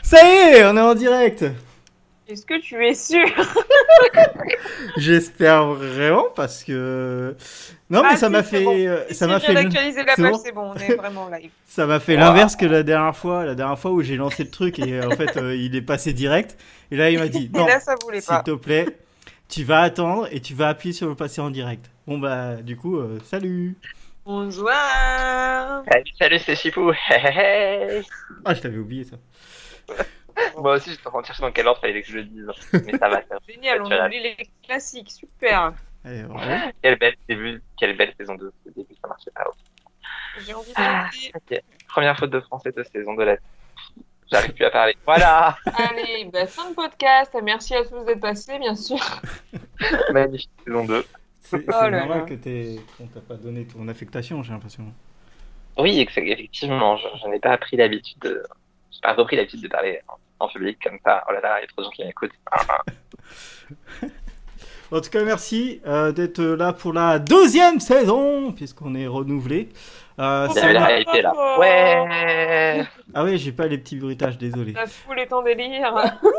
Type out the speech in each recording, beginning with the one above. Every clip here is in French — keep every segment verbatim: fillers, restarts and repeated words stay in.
Ça y est, on est en direct. Est-ce que tu es sûr? J'espère vraiment parce que non mais ah, ça si, m'a fait bon. ça si, m'a si, fait d'actualiser la c'est page, bon c'est bon, on est vraiment live. Ça m'a fait wow. L'inverse que la dernière fois, la dernière fois où j'ai lancé le truc et en fait euh, il est passé direct et là il m'a dit non, là, ça voulait s'il pas. te plaît, tu vas attendre et tu vas appuyer sur le passer en direct. Bon bah du coup euh, salut. Bonsoir. Salut, salut, c'est Chipou. Ah, je t'avais oublié ça. Moi aussi, j'étais en train de chercher dans quel ordre fallait que je le dise. Mais ça va faire. Génial, on oublie les classiques, super. Allez, ouais. Quelle belle début, quelle belle saison deux. Le début, ça marchait pas. J'ai envie de ah, okay. Première faute de français de saison de la. J'arrive plus à parler. Voilà. Allez, bah, fin de podcast. Merci à tous d'être passés, bien sûr. Magnifique saison deux. C'est, c'est oh normal que t'es... qu'on t'a pas donné ton affectation, j'ai l'impression. Oui, effectivement, je, je n'ai pas appris l'habitude de... J'ai pas repris l'habitude de parler en, en public comme ça. Oh là là, il y a trop de gens qui m'écoutent. En tout cas, merci euh, d'être là pour la deuxième saison, puisqu'on est renouvelé. Euh, il y avait la hype là. Ouais. Ah oui, j'ai pas les petits bruitages, désolé. La foule est en délire.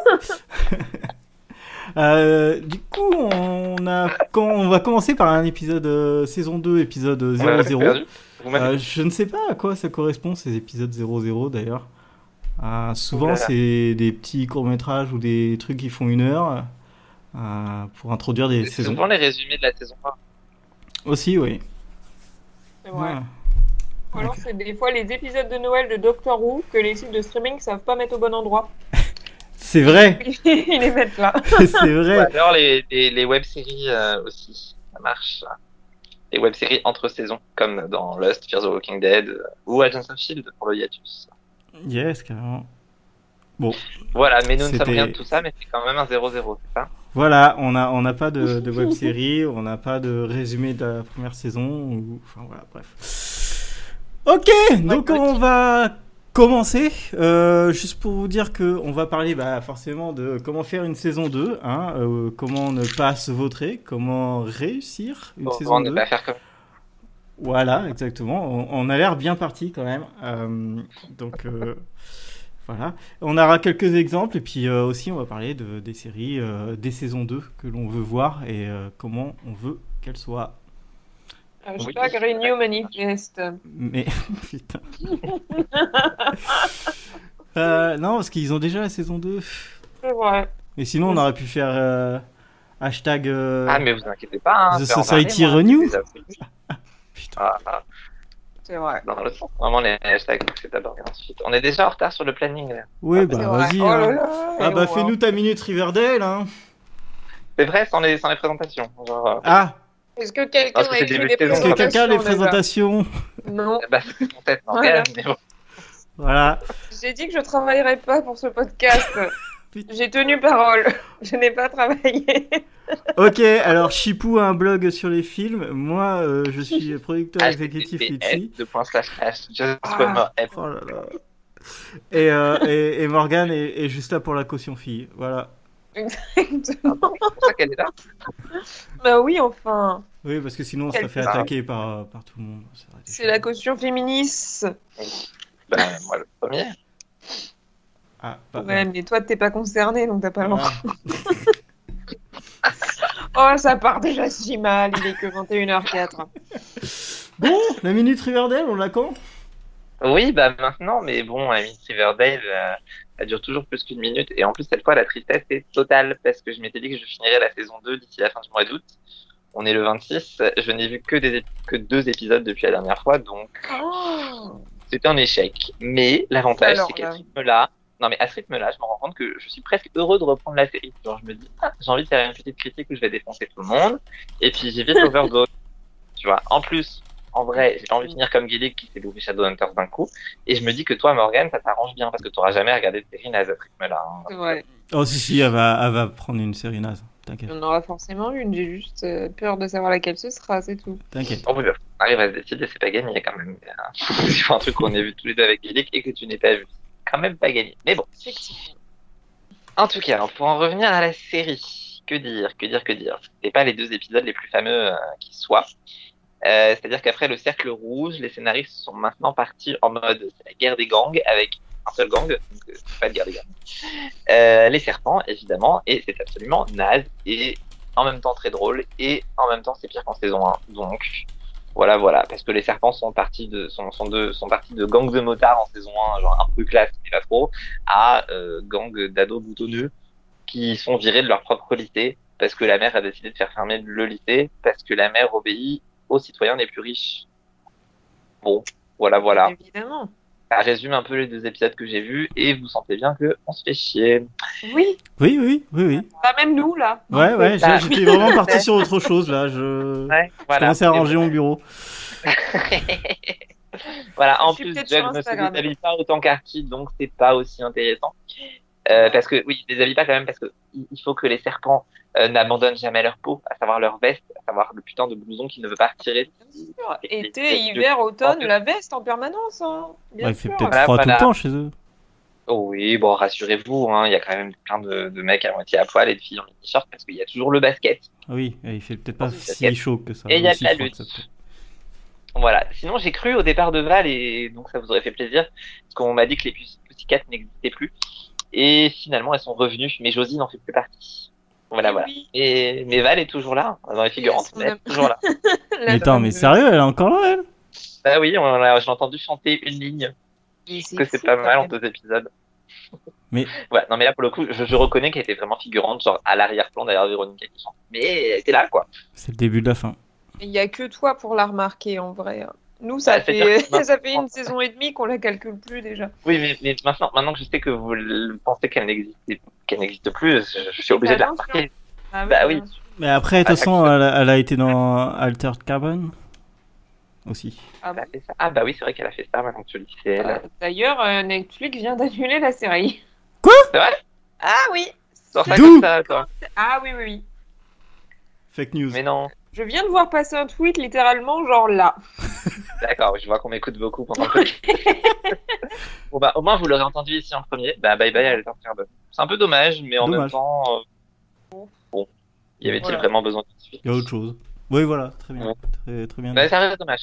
Euh, du coup, on, a, quand on va commencer par un épisode euh, saison deux, épisode zéro zéro. Euh, je ne sais pas à quoi ça correspond, ces épisodes zéro zéro d'ailleurs. Euh, souvent, c'est des petits courts-métrages ou des trucs qui font une heure euh, pour introduire des c'est saisons. C'est souvent les résumés de la saison un. Aussi, oui. C'est vrai. Ah. Ou alors, okay. C'est des fois les épisodes de Noël de Doctor Who que les sites de streaming ne savent pas mettre au bon endroit. C'est vrai. Ils les mettent là. C'est vrai. Ou alors les, les, les web-séries euh, aussi, ça marche. Les web-séries entre saisons, comme dans Lost, Fear the Walking Dead euh, ou Agents of Shield pour le hiatus. Yes, carrément. Bon. Voilà, mais nous C'était... ne sommes rien de tout ça, mais c'est quand même un zéro zéro, c'est ça? Voilà, on n'a on a pas de, de web-série, on n'a pas de résumé de la première saison, ou... enfin voilà, bref. Ok, donc on va... Commencer, euh, juste pour vous dire qu'on va parler bah, forcément de comment faire une saison deux, hein, euh, comment ne pas se vautrer, comment réussir une bon, saison deux. deux. Ne pas faire comme... Voilà, exactement, on, on a l'air bien parti quand même, euh, donc euh, voilà. On aura quelques exemples et puis euh, aussi on va parler de, des séries, euh, des saisons deux que l'on veut voir et euh, comment on veut qu'elles soient. Hashtag oui. Renew Manifest. Mais, putain. euh, non, parce qu'ils ont déjà la saison deux. C'est vrai. Et sinon, on aurait pu faire euh, hashtag... Euh, ah, mais vous inquiétez pas. Hein, The Society Renew. Putain. Ah, ah. C'est vrai. Dans le sens, vraiment, les hashtags, c'est d'abord et ensuite. On est déjà en retard sur le planning. Là. Oui, ah, bah vas-y. Oh hein. là là, ah, bah wow. fais-nous ta minute Riverdale. Hein. C'est vrai, sans les, sans les présentations. Genre, euh... Ah. Est-ce que quelqu'un a écrit des présentations? Est-ce que quelqu'un a les présentations? Non. Bah, c'est mon tête, non, voilà. Mais bon. Voilà. J'ai dit que je travaillerais pas pour ce podcast. J'ai tenu parole. Je n'ai pas travaillé. Ok, alors Chipou a un blog sur les films. Moi, euh, je suis producteur exécutif ici. deux points slash slash just ah. Oh là là. Et, euh, et, et Morgane est, est juste là pour la caution fille. Voilà. Exactement. Ah, c'est pour ça qu'elle est là. Bah oui, enfin. Oui, parce que sinon on se fait attaquer par, par tout le monde. C'est, c'est la caution féministe. Ben, moi le premier. Ah, pas ouais, mal. Mais toi t'es pas concerné, donc t'as pas le droit. Oh, ça part déjà si mal, il est que vingt et une heures quatre. Bon, la minute Riverdale, on l'a quand? Oui, bah maintenant, mais bon, la minute Riverdale, euh, elle dure toujours plus qu'une minute. Et en plus, cette fois, la tristesse est totale parce que je m'étais dit que je finirais la saison deux d'ici la fin du mois d'août. On est le vingt-six, je n'ai vu que, des, que deux épisodes depuis la dernière fois, donc oh. C'était un échec. Mais l'avantage, alors, c'est qu'à ce rythme-là, non mais à ce rythme-là, je me rends compte que je suis presque heureux de reprendre la série. Genre, je me dis, ah, j'ai envie de faire une petite critique où je vais défoncer tout le monde, et puis j'évite Overdose. Tu vois, en plus, en vrai, j'ai pas envie de finir comme Gillick qui s'est bouffé Shadowhunters d'un coup, et je me dis que toi, Morgane, ça t'arrange bien, parce que t'auras jamais regardé de série naze à ce rythme-là. Hein. C'est vrai. Oh si, si, elle va, elle va prendre une série naze. T'inquiète. Il y en aura forcément une, j'ai juste euh, peur de savoir laquelle ce sera, c'est tout. T'inquiète. Oh oui, bah, on arrive à se décider, c'est pas gagné quand même. C'est un truc qu'on a vu tous les deux avec Gillick et que tu n'es pas vu. Quand même pas gagné. Mais bon. En tout cas, pour en revenir à la série, que dire, que dire, que dire. C'est pas les deux épisodes les plus fameux euh, qui soient. Euh, c'est-à-dire qu'après le cercle rouge, les scénaristes sont maintenant partis en mode c'est la guerre des gangs avec un seul gang, donc euh, pas de guerre des gangs. Euh, les serpents, évidemment, et c'est absolument naze, et en même temps très drôle, et en même temps c'est pire qu'en saison un. Donc voilà, voilà, parce que les serpents sont partis de, sont, sont de, sont partis de gang de motards en saison un, genre un peu classe, mais pas trop, à euh, gang d'ados boutonneux qui sont virés de leur propre lycée, parce que la mère a décidé de faire fermer le lycée, parce que la mère obéit aux citoyens les plus riches. Bon, voilà, voilà. Évidemment. Ça résume un peu les deux épisodes que j'ai vus, et vous sentez bien que on se fait chier. Oui. Oui, oui, oui, oui. Bah, même nous, là. Ouais, ouais, Bah, j'étais vraiment parti sur autre chose, là. Je, Ouais, je voilà. commençais à ranger mon bureau. Voilà, en Je suis plus, peut-être Jug sur ne se Instagram. déshabille pas autant qu'Archie, donc c'est pas aussi intéressant. Euh, parce que, oui, ils ne déshabillent pas quand même, parce que il faut que les serpents euh, n'abandonnent jamais leur peau, à savoir leur veste, à savoir le putain de blouson qui ne veut pas retirer. Bien sûr. Et- Été, et- hiver, automne, la veste en permanence. Hein. Bien Ouais, il fait sûr. peut-être Voilà, froid tout voilà. le temps chez eux. Oh oui, bon, rassurez-vous, hein, il y a quand même plein de, de mecs à moitié à poil et de filles en mini-short, parce qu'il y a toujours le basket. Ah oui, il fait peut-être pas Oui, si basket. chaud que ça. Et il y a aussi de la froid lutte. que ça peut. Voilà. Sinon, j'ai cru au départ de Val, et donc ça vous aurait fait plaisir, parce qu'on m'a dit que les Pussycats n'existaient plus. Et finalement, elles sont revenues, mais Josie n'en fait plus partie. Voilà, Eh voilà. oui. Et mais Val est toujours là, dans les figurantes, Yes, mais elle on est toujours là. Mais La attends, mais fameuse. sérieux, elle est encore là, elle? Bah oui, on l'a- j'ai entendu chanter une ligne, Et que c'est fou, pas quand mal en même. deux épisodes. Mais- Ouais, non mais là pour le coup, je, je reconnais qu'elle était vraiment figurante, genre à l'arrière-plan derrière Véronica qui chante. Mais elle était là, quoi. C'est le début de la fin. Il y a que toi pour la remarquer en vrai. Nous, ça Bah, c'est-à-dire fait que maintenant- ça fait une saison et demie qu'on la calcule plus déjà. Oui, mais, mais maintenant, maintenant que je sais que vous le- pensez qu'elle n'existe, qu'elle n'existe plus, je, je suis obligé de la Attention. remarquer. Ah Bah oui. bien sûr. Mais après, de toute façon, elle, a- elle a été dans Altered Carbon aussi. Ah Elle bon. a fait ça. Ah bah oui, c'est vrai qu'elle a fait ça, maintenant que tu le dis, c'est elle. Euh, D'ailleurs, euh, Netflix vient d'annuler la série. C'est vrai? Ah oui. Sors ça D'où comme ça, toi. Ah oui oui oui. Fake news. Mais non. Je viens de voir passer un tweet littéralement genre là. D'accord, je vois qu'on m'écoute beaucoup pendant que... Bon bah, au moins, vous l'aurez entendu ici en premier. Bah, bye bye, elle est en Carbone. C'est un peu dommage, mais en même Dommage. temps, euh, bon, y avait-il Voilà. vraiment besoin de suite? Il y a autre chose. Oui, voilà, très bien. Ouais. Très, très bien. Bah, ça reste dommage.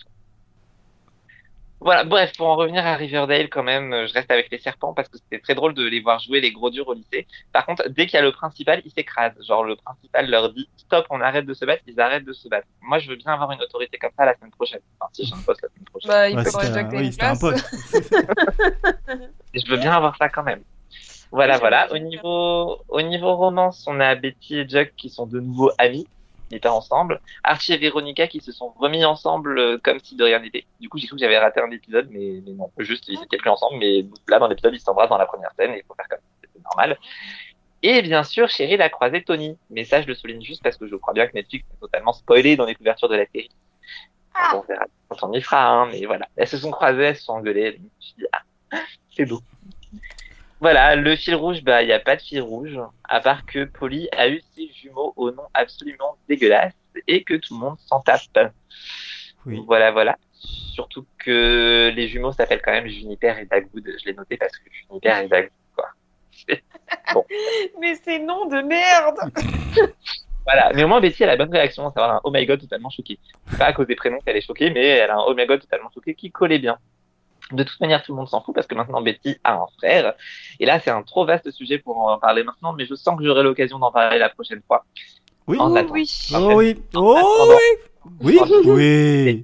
Voilà, bref, pour en revenir à Riverdale, quand même, euh, je reste avec les serpents parce que c'était très drôle de les voir jouer les gros durs au lycée. Par contre, dès qu'il y a le principal, ils s'écrasent. Genre, le principal leur dit stop, on arrête de se battre, ils arrêtent de se battre. Moi, je veux bien avoir une autorité comme ça la semaine prochaine. Enfin, si j'ai un poste la semaine prochaine. Bah il Ouais, faudrait c'était déjà un- que t'aies oui, une c'était un place. pote. Et je veux bien avoir ça quand même. Voilà, Oui, voilà. Au j'aimerais bien. niveau, au niveau romance, on a Betty et Jug qui sont de nouveau amis, mais pas ensemble. Archie et Véronica qui se sont remis ensemble euh, comme si de rien n'était. Du coup, j'ai cru que j'avais raté un épisode, mais, mais non. Juste, ils étaient plus ensemble, mais là, dans l'épisode, ils s'embrassent dans la première scène et il faut faire comme ça. C'est normal. Et bien sûr, Cheryl a croisé Tony. Mais ça, je le souligne juste parce que je crois bien que Netflix est totalement spoilé dans les couvertures de la série. Ah. On verra quand on y sera, hein, mais voilà. Elles se sont croisées, elles se sont engueulées. Je me suis dit, ah, c'est beau. Voilà, le fil rouge, bah, il n'y a pas de fil rouge, à part que Polly a eu ses jumeaux au nom absolument dégueulasse et que tout le monde s'en tape. Oui. Voilà, voilà. Surtout que les jumeaux s'appellent quand même Juniper et Dagwood. Je l'ai noté parce que Juniper et Dagwood, quoi. Mais c'est nom de merde. Voilà. Mais au moins, Betty a la bonne réaction, à savoir un oh my god totalement choqué. C'est pas à cause des prénoms qu'elle est choquée, mais elle a un oh my god totalement choqué qui collait bien. De toute manière, tout le monde s'en fout parce que maintenant Betty a un frère. Et là, c'est un trop vaste sujet pour en parler maintenant, mais je sens que j'aurai l'occasion d'en parler la prochaine fois. Oui. En Oh attendant. oui. Oh oui. Oh attendant- oui. Oui. Oui.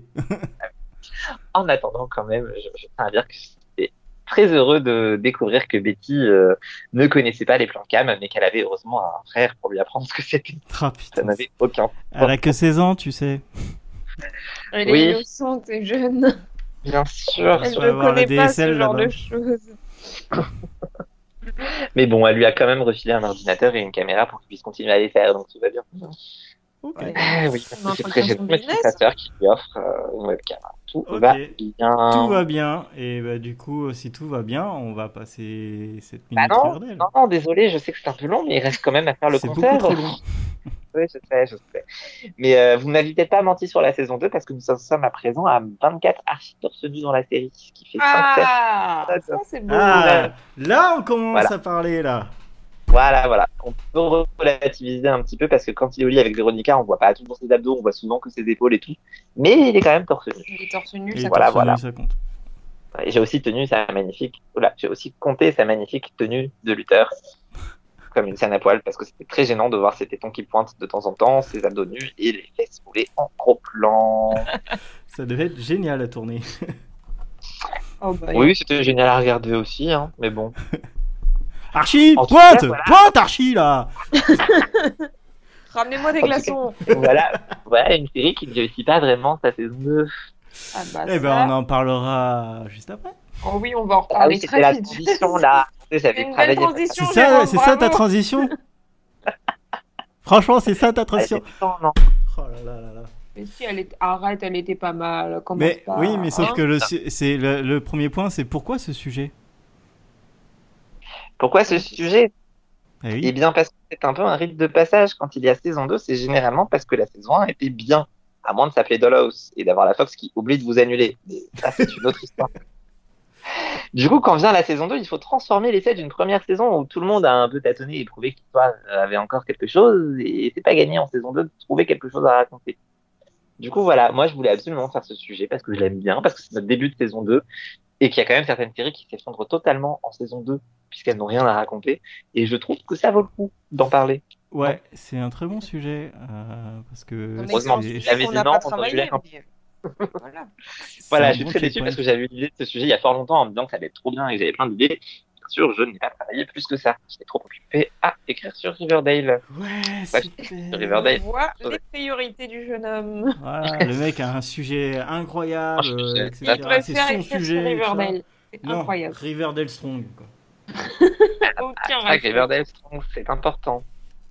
En attendant, quand même, je, je tiens à dire que j'étais très heureux de découvrir que Betty euh, ne connaissait pas les plans cam, mais qu'elle avait heureusement un frère pour lui apprendre ce que c'était. Ah Ça putain. n'avait aucun. Elle a que seize ans, tu sais. Elle Oui. est innocente et jeune. Bien sûr. Elle faut ne avoir la connaît pas D S L ce genre là-bas. de choses. Mais bon, elle lui a quand même refilé un ordinateur et une caméra pour qu'il puisse continuer à les faire, donc tout va bien. Ok. Ouais. Ah oui, parce On que c'est entretient très son gênant, mais c'est business. sa sœur qui lui offre euh, une webcam. Tout Ok. va bien. Tout va bien. Et bah, du coup, si tout va bien, on va passer cette Bah minute non, Riverdale. non, non, désolé, je sais que c'est un peu long, mais il reste quand même à faire le C'est beaucoup compteur. trop long. Oui, je sais, je sais. Mais euh, vous n'avez peut-être pas menti sur la saison deux parce que nous en sommes à présent à vingt-quatre archi torse nu dans la série, ce qui fait cinq sept. Ah, ça c'est beau. Ah, là, on commence Voilà. à parler là. Voilà, voilà. On peut relativiser un petit peu parce que quand il est au lit avec Véronica, on voit pas toujours ses abdos, on voit souvent que ses épaules et tout. Mais il est quand même torse nu. Il est torse nu, Et ça voilà, torse nu, voilà. ça compte. Et j'ai aussi tenu sa magnifique, voilà, j'ai aussi compté sa magnifique tenue de lutteur, comme une scène à poil, parce que c'était très gênant de voir ses tétons qui pointent de temps en temps, ses abdos nus et les fesses roulées en gros plan. Ça devait être génial à tourner. Oh, bah, Oui, c'était génial à regarder aussi, hein, mais bon. Archie, En tout pointe, cas, voilà. pointe Archie là. Ramenez-moi des En tout glaçons. voilà, voilà une série qui ne réussit pas vraiment sa saison deux. Ah bah, Eh ben, ça. on en parlera juste après. Oh oui, on va en Ah reparler oui, c'était très la vite. transition là. Tu sais, C'est j'avais une belle travaillé. transition. C'est ça, Jérôme, c'est ça ta bravo. transition. Franchement, c'est ça ta Ouais, transition. c'est- non, non. Oh là là là là. Mais si, elle est... arrête, elle était pas mal. Commence Mais pas, oui, mais sauf hein. que le, su- c'est le, le premier point, c'est pourquoi ce sujet. Pourquoi ce sujet? Eh oui. Eh bien, parce que c'est un peu un rite de passage. Quand il y a saison deux, c'est généralement parce que la saison un était bien. À moins de s'appeler Dollhouse et d'avoir la Fox qui oublie de vous annuler. Mais ça, c'est une autre histoire. Du coup, quand vient la saison deux, il faut transformer l'essai d'une première saison où tout le monde a un peu tâtonné et prouvé qu'il avait encore quelque chose. Et c'est pas gagné en saison deux de trouver quelque chose à raconter. Du coup, voilà. Moi, je voulais absolument faire ce sujet parce que je l'aime bien, parce que c'est notre début de saison deux et qu'il y a quand même certaines séries qui s'effondrent totalement en saison deux puisqu'elles n'ont rien à raconter. Et je trouve que ça vaut le coup d'en parler. Ouais, c'est un très bon sujet euh, parce que Un Heureusement, excellent c'est- sujet j'avais qu'on dit n'a non, pas on travaillé. aurait eu mais- Voilà. c'est Voilà, un je suis bon très déçu checkpoint. parce que j'avais eu l'idée de ce sujet il y a fort longtemps en me disant que ça allait être trop bien et que j'avais plein d'idées. Bien sûr, je n'ai pas travaillé plus que ça. J'étais trop occupé à écrire sur Riverdale. Ouais, Ouais, super. Riverdale. On voit les priorités du jeune homme. Voilà, le mec a un sujet incroyable, Un sujet. euh, et Il cetera. Il préfère C'est son écrire sur sujet. tu vois. Riverdale. C'est Non, incroyable. Riverdale Strong. Quoi. Aucun Ah, rapport. Riverdale Strong, c'est important.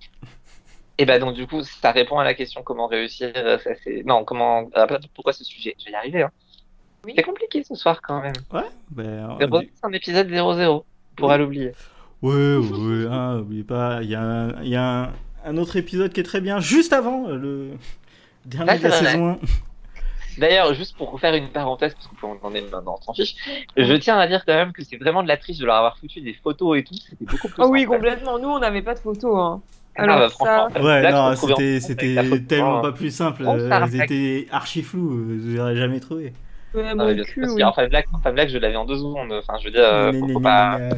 Et bah donc du coup, ça répond à la question comment réussir. Ça c'est non comment. euh, Pourquoi ce sujet? Je vais y arriver. Hein. Oui. C'est compliqué ce soir quand même. Ouais, ben. C'est on dit- un épisode zéro zéro. On pourra l'oublier. Ouais, ouais, hein, oubliez pas, il y a, un, il y a un, un autre épisode qui est très bien, juste avant euh, le dernier Ouais, de la c'est vrai. saison un. D'ailleurs, juste pour refaire une parenthèse, parce qu'on en est maintenant, on s'en fiche, je tiens à dire quand même que c'est vraiment de la triche de leur avoir foutu des photos et tout. C'était beaucoup plus. Ah oui, simple. complètement. Nous, on n'avait pas de photos. Hein. Ah, Alors bah, ça, franchement, Ouais, là, non, je trouvais en c'était, France avec la c'était photo, tellement hein. pas plus simple, On euh, s'arrête. ils étaient archi flous, euh, vous n'aurez jamais trouvé. ouais, Ah, mon mais bien cul, sûr, parce oui. qu'en Fun Black, en Fun Black, je l'avais en deux secondes. Enfin, je veux dire, euh, Gna, faut, gna, faut gna, pas. gna, gna.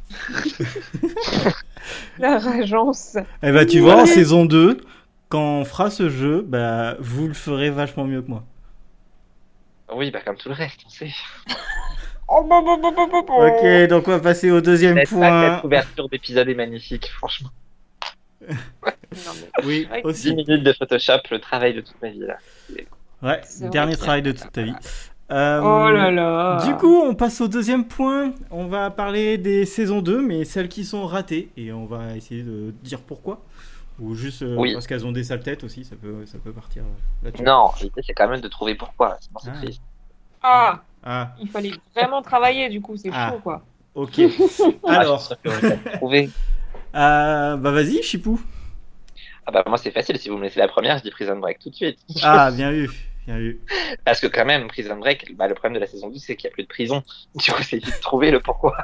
La rageance. Eh bah, tu vois, en Ouais. saison deux, quand on fera ce jeu, bah, vous le ferez vachement mieux que moi. Oui, bah comme tout le reste, on sait. Oh, bon, bon, bon, bon, bon, bon. Ok, donc on va passer au deuxième N'est-ce pas que point. cette couverture d'épisode est magnifique, franchement. Non, mais- Oui, Ouais, dix aussi. minutes de Photoshop, le travail de toute ma vie là. Ouais, C'est vrai dernier que- travail de toute ta vie. Euh, Oh là là. Du coup, on passe au deuxième point. On va parler des saisons deux, mais celles qui sont ratées. Et on va essayer de dire pourquoi. Ou juste euh, Oui. parce qu'elles ont des sales têtes aussi, ça peut, ça peut partir euh, là-dessus. Non, l'idée c'est quand même de trouver pourquoi, sinon c'est Ah. triste. Ah, Ah, il fallait vraiment travailler, du coup, c'est Ah. chaud, quoi. ok. Ah, Alors, je suis sûr que vous allez trouver. euh, bah vas-y, Chipou. Ah bah moi c'est facile, si vous me laissez la première, je dis Prison Break tout de suite. Ah, bien vu, bien vu. Parce que quand même, Prison Break, bah, le problème de la saison douze, c'est qu'il n'y a plus de prison. Du coup, c'est vite de trouver le pourquoi.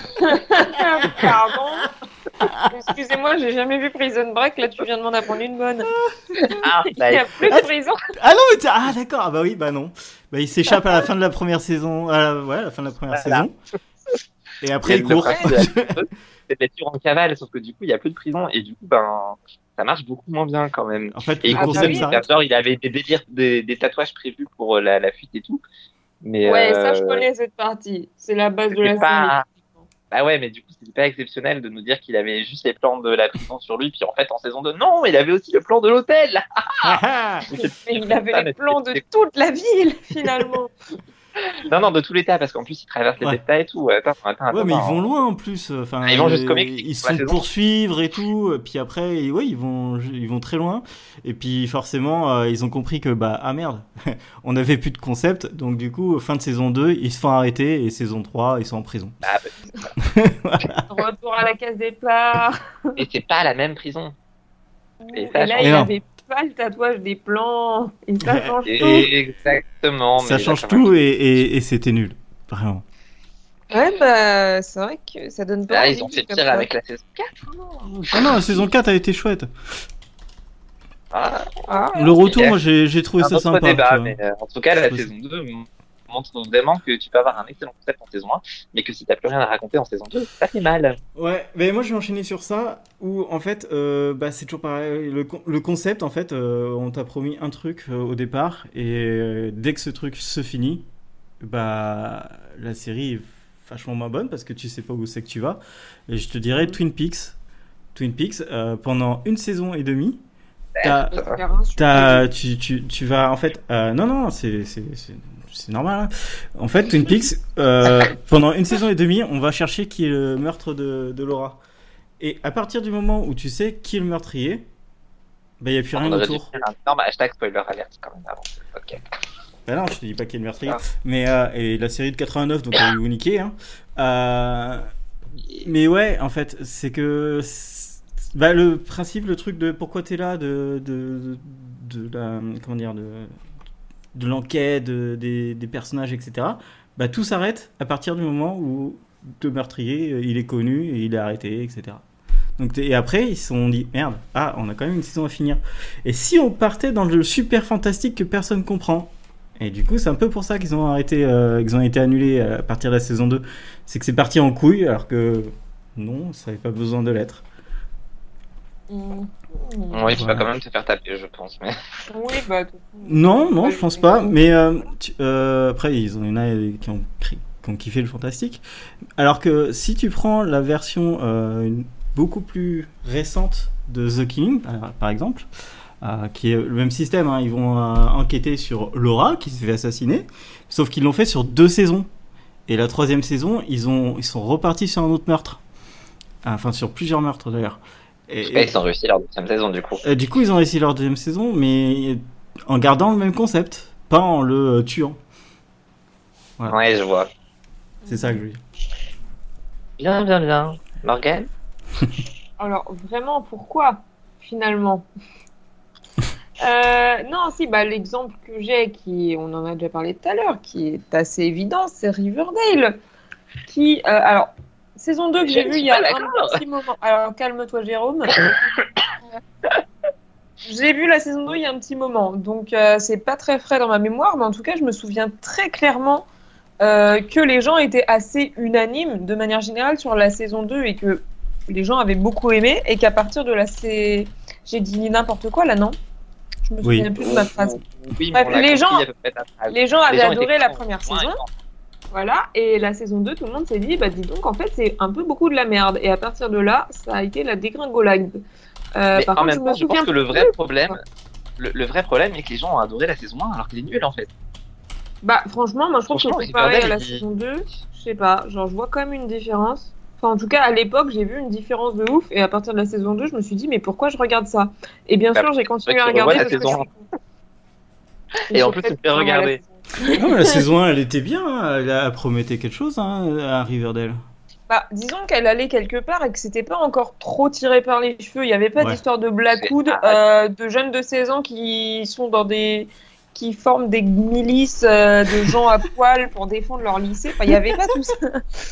Pardon. Excusez-moi, j'ai jamais vu Prison Break, là tu viens de m'en apprendre une bonne. Ah, Il n'y a plus de prison. Ah non, mais t'as- ah d'accord, ah bah oui, bah non. Bah il s'échappe à la fin de la première saison, à la, ouais, à la fin de la première Voilà. saison. Et après il le court. principe de la saison deux, c'est d'être sûr en cavale, sauf que du coup, il n'y a plus de prison. Et du coup, ben, ça marche beaucoup moins bien quand même. En fait, Et le Ah, bah concept oui. s'arrête. genre, il avait des délires, des, des tatouages prévus pour euh, la, la fuite et tout. Mais, Ouais, euh, ça je connais cette partie. C'est la base de la c'était pas- série. Bah ouais, mais du coup, c'était pas exceptionnel de nous dire qu'il avait juste les plans de la prison sur lui, puis en fait, en saison deux, non, il avait aussi le plan de l'hôtel. Ah, ah. Mais il avait Ah, les mais plans de c'est- toute la ville, finalement. Non, non, de tout l'État, parce qu'en plus, il traverse les Ouais. États et tout. Attends, attends, attends. Ouais, mais ils attends. vont loin en plus. Enfin, Ah, ils vont jusqu'au euh, Mexique, Ils se pour la font saison. poursuivre et tout. Puis après, ouais, ils vont, ils vont très loin. Et puis forcément, euh, ils ont compris que bah ah merde, on avait plus de concept. Donc du coup, fin de saison deux, ils se font arrêter et saison trois, ils sont en prison. Ah, bah, Retour à la case départ. et c'est pas la même prison. Et Et ça, là, je- il Et non. avait pas le tatouage des plans. Et ça change tout. Exactement. Ça mais change là, tout et, et, et c'était nul, vraiment. Ouais, bah, c'est vrai que ça donne pas Là, envie, ils ont fait comme pire ça. avec la saison quatre. Ah non, la saison quatre a été chouette. Ah, Ah, Le retour, ok. moi j'ai j'ai trouvé un ça autre sympa. débat, tu vois. mais euh, en tout cas, la Oui. saison deux, montre vraiment que tu peux avoir un excellent concept en saison un, mais que si t'as plus rien à raconter en saison deux, ça fait mal. Ouais, mais moi je vais enchaîner sur ça, où en fait, euh, bah, c'est toujours pareil, le, le concept, en fait, euh, on t'a promis un truc euh, au départ, et euh, dès que ce truc se finit, bah, la série est vachement moins bonne, parce que tu sais pas où c'est que tu vas, et je te dirais Twin Peaks, Twin Peaks, euh, pendant une saison et demie, T'as, t'as, tu, tu, tu vas en fait euh, non non c'est, c'est, c'est, c'est normal hein. En fait Twin Peaks euh, pendant une saison et demie on va chercher qui est le meurtre de, de Laura, et à partir du moment où tu sais qui est le meurtrier, bah il y a plus rien autour. Non bah hashtag spoiler alert quand même avant. Ok. Bah non je te dis pas qui est le meurtrier, ah. mais euh, et la série de quatre-vingt-neuf donc elle est niquée hein. euh, mais ouais en fait c'est que c'est... Bah, le principe, le truc de pourquoi t'es là, de, de, de, de la, comment dire, de, de l'enquête, de, des, des personnages, et cetera. Bah, tout s'arrête à partir du moment où le meurtrier, il est connu et il est arrêté, et cetera. Donc, et après, ils se sont dit, merde, ah, on a quand même une saison à finir. Et si on partait dans le super fantastique que personne comprend, et du coup, c'est un peu pour ça qu'ils ont arrêté, euh, qu'ils ont été annulés à partir de la saison deux. C'est que c'est parti en couille, alors que non, ça n'avait pas besoin de l'être. Mmh. Oui, tu vas quand même te faire taper, je pense. Mais... Oui, bah, non, non, je pense pas. Mais euh, tu, euh, après, il y en a qui ont, qui ont kiffé le fantastique. Alors que si tu prends la version euh, beaucoup plus récente de The Killing, par exemple, euh, qui est le même système, hein, ils vont euh, enquêter sur Laura qui s'est fait assassiner, sauf qu'ils l'ont fait sur deux saisons. Et la troisième saison, ils, ont, ils sont repartis sur un autre meurtre. Enfin, sur plusieurs meurtres d'ailleurs. Et, et ils ont réussi leur deuxième saison du coup. Euh, du coup, ils ont réussi leur deuxième saison, mais en gardant le même concept, pas en le euh, tuant. Voilà. Ouais, je vois. C'est ça que je veux dire. Bien, bien, bien. Morgane ? Alors, vraiment, pourquoi, finalement euh, Non, si, bah, l'exemple que j'ai, qui, on en a déjà parlé tout à l'heure, qui est assez évident, c'est Riverdale. Qui, euh, alors... Saison deux que j'ai vue il y a un petit moment. Alors calme-toi Jérôme. J'ai vu la saison deux il y a un petit moment. Donc euh, c'est pas très frais dans ma mémoire, mais en tout cas je me souviens très clairement euh, que les gens étaient assez unanimes de manière générale sur la saison deux et que les gens avaient beaucoup aimé et qu'à partir de la C... J'ai dit n'importe quoi là, non ? Je me souviens oui. plus de ma phrase. Oui, Bref, bon, les, gens, phrase. les gens avaient les gens adoré la première saison. Voilà, et la saison deux, tout le monde s'est dit, bah dis donc, en fait, c'est un peu beaucoup de la merde. Et à partir de là, ça a été la dégringolade. Euh, Mais par en contre, même je temps, me je pense souviens que le vrai plus. problème, le, le vrai problème est que les gens ont adoré la saison un alors qu'elle est nulle en fait. Bah franchement, moi je trouve que comparé à la il... saison deux, je sais pas, genre je vois quand même une différence. Enfin, en tout cas, à l'époque, j'ai vu une différence de ouf, et à partir de la saison deux, je me suis dit, mais pourquoi je regarde ça ? Et bien bah, sûr, j'ai continué à regarder la parce saison que je... Et en plus, tu me fais regarder. Non, la saison un, elle était bien, hein. Elle, elle promettait quelque chose hein, à Riverdale. Bah, disons qu'elle allait quelque part et que c'était pas encore trop tiré par les cheveux. Il n'y avait pas ouais. d'histoire de Blackwood, euh, de jeunes de seize ans qui sont dans des... qui forment des milices euh, de gens à poil pour défendre leur lycée. Enfin, il n'y avait pas tout ça.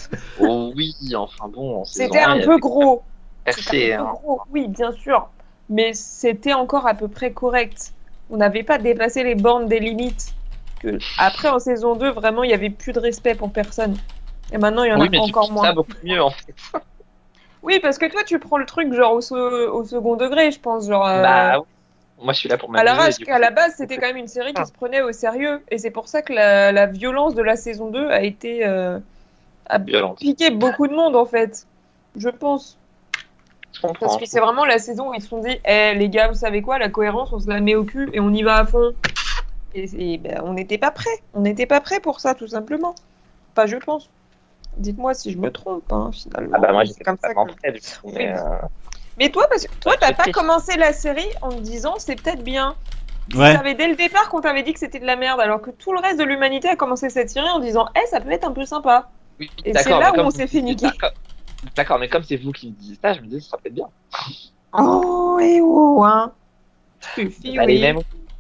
Oh oui, enfin bon. C'était un peu gros. C'était un peu gros, oui, bien sûr. Mais c'était encore à peu près correct. On n'avait pas dépassé les bornes des limites. Que... Après, en saison deux, vraiment, il n'y avait plus de respect pour personne. Et maintenant, il y en oui, a mais encore tu moins. Ça beaucoup mieux, en fait. Oui, parce que toi, tu prends le truc genre au, se... au second degré, je pense. Genre, euh... Bah oui. Moi, je suis là pour m'amuser. À l'arrache, qu'à la base, c'était quand même une série qui se prenait au sérieux. Et c'est pour ça que la, la violence de la saison deux a été... Euh... a Violente. piqué beaucoup de monde, en fait. Je pense. Je comprends. Parce que c'est vraiment la saison où ils se sont dit « Eh, les gars, vous savez quoi, la cohérence, on se la met au cul et on y va à fond. » Et, et ben, on n'était pas prêts. On n'était pas prêts pour ça, tout simplement. Enfin, je pense. Dites-moi si je me trompe, hein, finalement. Ah bah moi, c'est comme ça que... prêt, du coup, mais, euh... mais toi, parce que toi, t'as pas commencé la série en te disant « C'est peut-être bien ». Ouais. Tu savais dès le départ qu'on t'avait dit que c'était de la merde, alors que tout le reste de l'humanité a commencé cette série en disant « Eh, ça peut être un peu sympa oui, ». Et c'est là où on s'est fait niquer. D'accord. D'accord, mais comme c'est vous qui me dites ça, je me dis que ça serait peut-être bien. Oh, et oh, hein. Suffit, Allez, oui. même.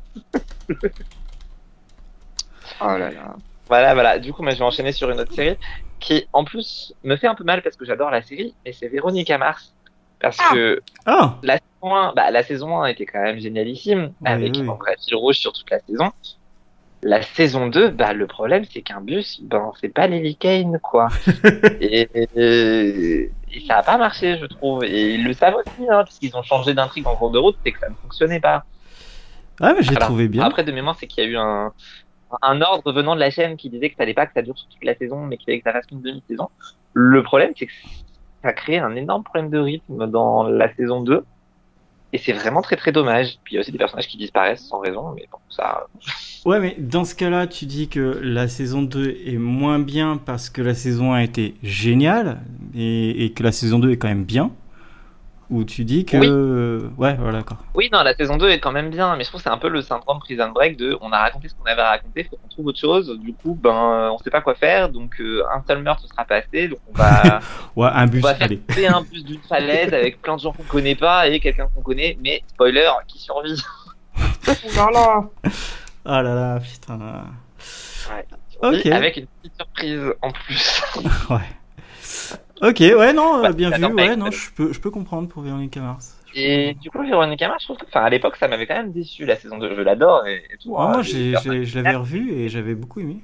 Oh là là. Voilà, voilà. Du coup, moi, je vais enchaîner sur une autre série qui, en plus, me fait un peu mal parce que j'adore la série, mais c'est Véronica Mars. Parce ah. que ah. la, saison un, bah, la saison un était quand même génialissime, oui, avec oui. un vrai fil rouge sur toute la saison. La saison deux, bah, le problème, c'est qu'un bus, ben, c'est pas Lily Kane, quoi. et, et, et ça a pas marché, je trouve. Et ils le savent aussi, hein, parce qu'ils ont changé d'intrigue en cours de route, c'est que ça ne fonctionnait pas. Ah, mais j'ai Alors, trouvé bien. Après, de mémoire, c'est qu'il y a eu un, un ordre venant de la chaîne qui disait qu'il fallait pas que ça dure sur toute la saison, mais qu'il fallait que ça reste une demi-saison. Le problème, c'est que ça a créé un énorme problème de rythme dans la saison deux. Et c'est vraiment très très dommage. Puis il y a aussi des personnages qui disparaissent sans raison, mais bon, ça. Ouais, mais dans ce cas-là, tu dis que la saison deux est moins bien parce que la saison un a été géniale et, et que la saison deux est quand même bien. Ou tu dis que. Oui. Ouais, voilà, d'accord. Oui, non, la saison deux est quand même bien, mais je trouve que c'est un peu le syndrome Prison Break de on a raconté ce qu'on avait à raconter, faut qu'on trouve autre chose, du coup, ben, on sait pas quoi faire, donc euh, un seul meurtre sera pas assez, donc on va. Ouais, un bus, on va faire allez. couper un bus d'une falaise avec plein de gens qu'on connaît pas et quelqu'un qu'on connaît, mais spoiler, qui survit. Voilà. Ah là là, putain. Ouais, Ok. avec une petite surprise en plus. Ouais. Ok, ouais, non, Ouais, bien vu, j'adore ouais, Mike. non, je peux, je peux comprendre pour Véronica Mars. Et du coup, Véronica Mars, je trouve que, enfin, à l'époque, ça m'avait quand même déçu, la saison deux. Je l'adore et, et tout. Ouais, hein, moi, les j'ai, personnages- j'ai- je l'avais revu et j'avais beaucoup aimé.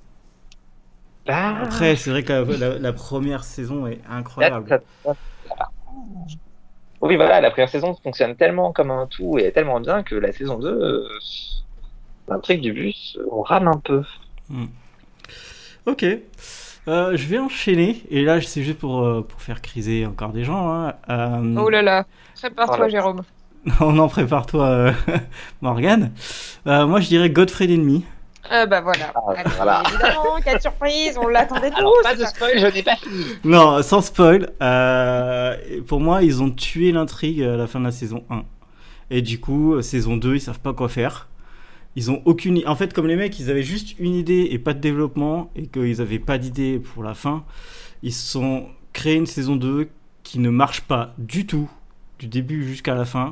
Bah, Après, c'est vrai que la, la- la première saison est incroyable. ça- ça- ça- Oui, voilà, la première saison fonctionne tellement comme un tout et est tellement bien que la saison deux, euh, l'intrigue du bus, on rame un peu. Hmm. Ok. Euh, je vais enchaîner. Et là, c'est juste pour, euh, pour faire criser encore des gens. Hein. Euh, Oh là là. Prépare-toi, Voilà. Jérôme. On en prépare toi, euh, Morgane. Euh, moi, je dirais Godfrey l'ennemi. Ah bah voilà. Ah, Allez, voilà. Évidemment, quelle surprise, on l'attendait Alors, tous. pas de spoil, je n'ai pas fini. Non, sans spoil. Euh, pour moi, ils ont tué l'intrigue à la fin de la saison un. Et du coup, saison deux, ils savent pas quoi faire. Ils ont aucune. En fait, comme les mecs, ils avaient juste une idée et pas de développement, et qu'ils avaient pas d'idée pour la fin, ils se sont créés une saison deux qui ne marche pas du tout, du début jusqu'à la fin.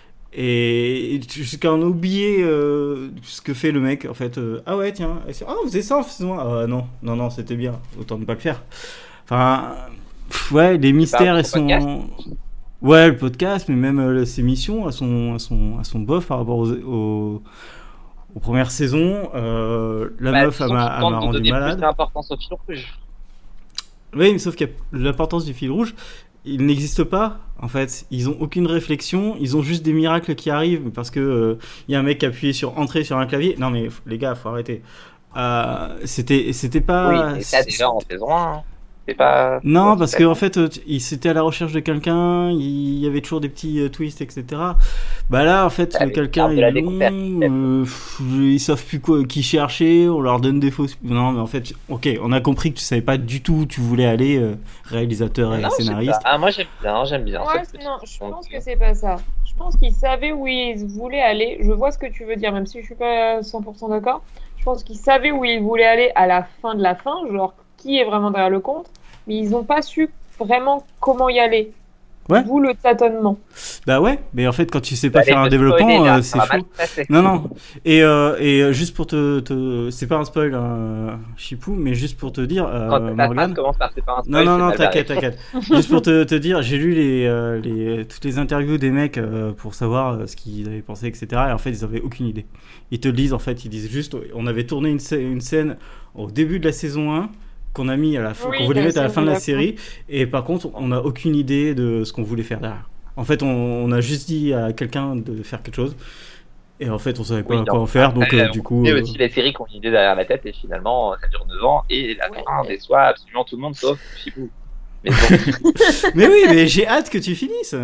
Et jusqu'à en oublier euh, ce que fait le mec, en fait. Euh, ah ouais, tiens. Ah, vous faisiez ça en saison un. Ah non, non, non, c'était bien. Autant ne pas le faire. Enfin, pff, ouais, les mystères, du elles sont. podcast Ouais, le podcast, mais même euh, ses missions, elles sont, elles sont, elles sont bof par rapport aux, aux, aux premières saisons. Euh, la Bah, meuf, elle disons m'a qu'ils elle tentent m'a de rendu donner malade. plus d'importance au fil rouge. Oui, mais sauf qu'il y a l'importance du fil rouge, il n'existe pas, en fait. Ils ont aucune réflexion, ils ont juste des miracles qui arrivent parce que euh, y a un mec qui a appuyé sur entrée sur un clavier. Non, mais les gars, faut arrêter. Euh, c'était, c'était pas. Oui, et ça déjà en saison un. Hein. C'est pas. Non, c'est parce pas- qu'en fait, euh, il s'était à la recherche de quelqu'un, il y avait toujours des petits euh, twists, et cetera. Bah là, en fait, Ah, le mais quelqu'un c'est de la est long, découverte. euh, pff, ils savent plus quoi, qui chercher, on leur donne des fausses. Non, mais en fait, ok, on a compris que tu savais pas du tout où tu voulais aller, euh, réalisateur et Non, je sais scénariste. pas. Ah, moi j'aime bien, j'aime bien. Ouais, cette c'est- petite non, je façon pense de- que c'est pas ça. Je pense qu'ils savaient où ils voulaient aller. Je vois ce que tu veux dire, même si je suis pas cent pour cent d'accord. Je pense qu'ils savaient où ils voulaient aller à la fin de la fin, genre qui est vraiment derrière le compte, mais ils n'ont pas su vraiment comment y aller. Ouais. D'où le tâtonnement. Bah ouais, mais en fait, quand tu sais pas Allez, faire un me développement, spoiler, là, euh, ça c'est va mal chaud. se passer. Non, non. Et, euh, et euh, juste pour te, te- c'est pas un spoil, hein, Chipou, mais juste pour te dire, euh, Quand ta phrase Morgane. commence par c'est pas un spoil, Non, non, c'est non, mal barré. t'inquiète, t'inquiète. Juste pour te, te dire, j'ai lu les, euh, les, toutes les interviews des mecs euh, pour savoir euh, ce qu'ils avaient pensé, et cetera. Et en fait, ils avaient aucune idée. Ils te le disent, en fait, ils disent juste, on avait tourné une, scè- une scène au début de la saison un qu'on a mis à la fin, Oui, qu'on voulait la mettre à la fin de la scène de la série. Et par contre, on n'a aucune idée de ce qu'on voulait faire derrière. En fait, on, on a juste dit à quelqu'un de faire quelque chose. Et en fait, on savait pas Oui, quoi non. en faire. Donc, Après, euh, on du coup. sait euh, aussi les séries qui ont une idée derrière la tête et finalement ça dure neuf ans et la Ouais. fin déçoit absolument tout le monde sauf Chipou. Mais bon, Mais oui, mais j'ai hâte que tu finisses.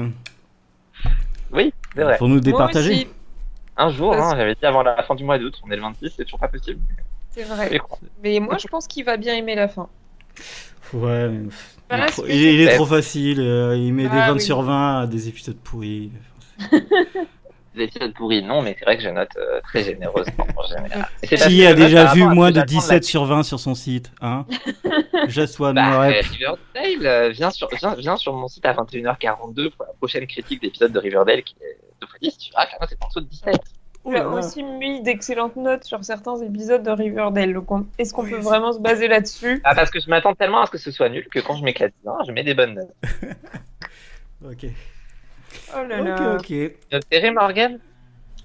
oui, c'est vrai. Pour nous Moi départager. aussi, Un jour, Parce- hein, j'avais dit avant la fin du mois d'août, on est le vingt-six, c'est toujours pas possible. c'est Je vrai. vais croire. Mais moi, je pense qu'il va bien aimer la fin. Ouais, mais pff, il, est Parce trop, que il est- il est c'est- trop facile. euh, il met des Ah vingt oui. sur vingt à des épisodes pourris. Des épisodes pourris, non, mais c'est vrai que je note euh, très généreusement en général. Et c'est parce Qui que a je note déjà par vu rapport à moins ce que de j'attends dix-sept sur vingt sur son site, hein? Just one Bah, more euh, rep. Riverdale, euh, viens sur, viens, viens sur mon site à vingt et une heures quarante-deux pour la prochaine critique d'épisode de Riverdale qui est de Freddy, tu verras que moi c'est en dessous de dix-sept. Oh Tu là as là. aussi mis d'excellentes notes sur certains épisodes de Riverdale. Donc, on- est-ce qu'on Oui, peut c'est- vraiment se baser là-dessus? Ah, parce que je m'attends tellement à ce que ce soit nul que quand je m'éclate bien, je mets des bonnes notes. Ok. Oh là là. Ok, ok. Notre série, Morgan?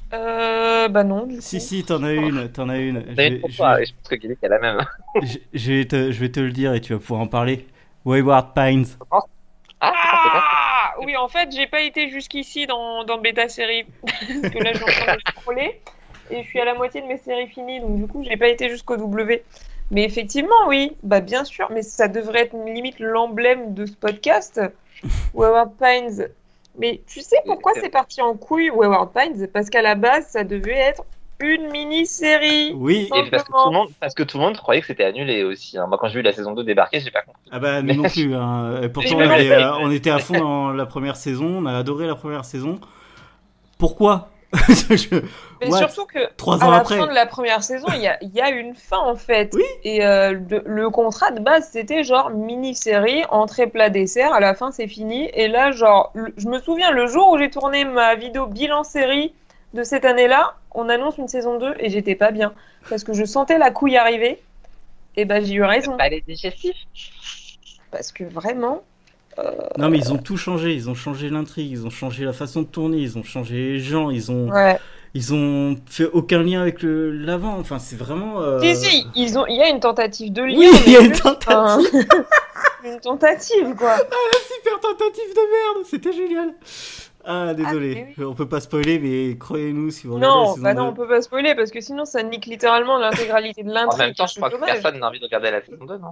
Euh, bah non, du Si, coup. si, t'en as une, t'en as une. Je T'as vais, une pour je toi, vais- et je pense que Kelly a la même. je- je vais te, je vais te le dire et tu vas pouvoir en parler. Wayward Pines. Ah, c'est pas Ah oui, en fait, j'ai pas été jusqu'ici dans, dans Beta Série. Parce que là, je suis en train de scroller. Et je suis à la moitié de mes séries finies. Donc, du coup, j'ai pas été jusqu'au W. Mais effectivement, oui. Bah, bien sûr. Mais ça devrait être limite l'emblème de ce podcast. Wayward Pines. Mais tu sais pourquoi c'est parti en couille, Wayward Pines? Parce qu'à la base, ça devait être une mini-série. Oui. Et parce que, tout le monde, parce que tout le monde croyait que c'était annulé aussi. Hein. Moi, quand j'ai vu la saison deux débarquer, j'ai pas compris. Ah bah nous non plus. Hein. Et pourtant, on, Mais avait, euh, on était à fond dans la première saison. On a adoré la première saison. Pourquoi? Je- Mais What surtout que Trois à ans la après. fin de la première saison, il y a, il y a une fin en fait. Oui. Et euh, le, le contrat de base, c'était genre mini-série, entrée, plat, dessert. À la fin, c'est fini. Et là, genre, le- je me souviens, le jour où j'ai tourné ma vidéo bilan série de cette année-là, on annonce une saison deux et j'étais pas bien. Parce que je sentais la couille arriver. Et ben, j'ai eu raison. Pas les digestifs. Parce que vraiment. euh, Non mais ils ont tout changé. Ils ont changé l'intrigue. Ils ont changé la façon de tourner. Ils ont changé les gens. Ils ont, Ouais. ils ont fait aucun lien avec le l'avant. Enfin c'est vraiment. euh, Si, si, ils ont... il y a une tentative de lien. Oui, il y a mais une juste, tentative. hein, une tentative, quoi. Super tentative de merde. C'était génial. Ah désolé. Ah, mais On peut pas spoiler mais croyez-nous si vous regardez la Non, saison bah non, on deux. peut pas spoiler parce que sinon ça nique littéralement l'intégralité de En l'intrigue. même temps, je C'est crois que dommage. personne n'a envie de regarder la saison deux, non?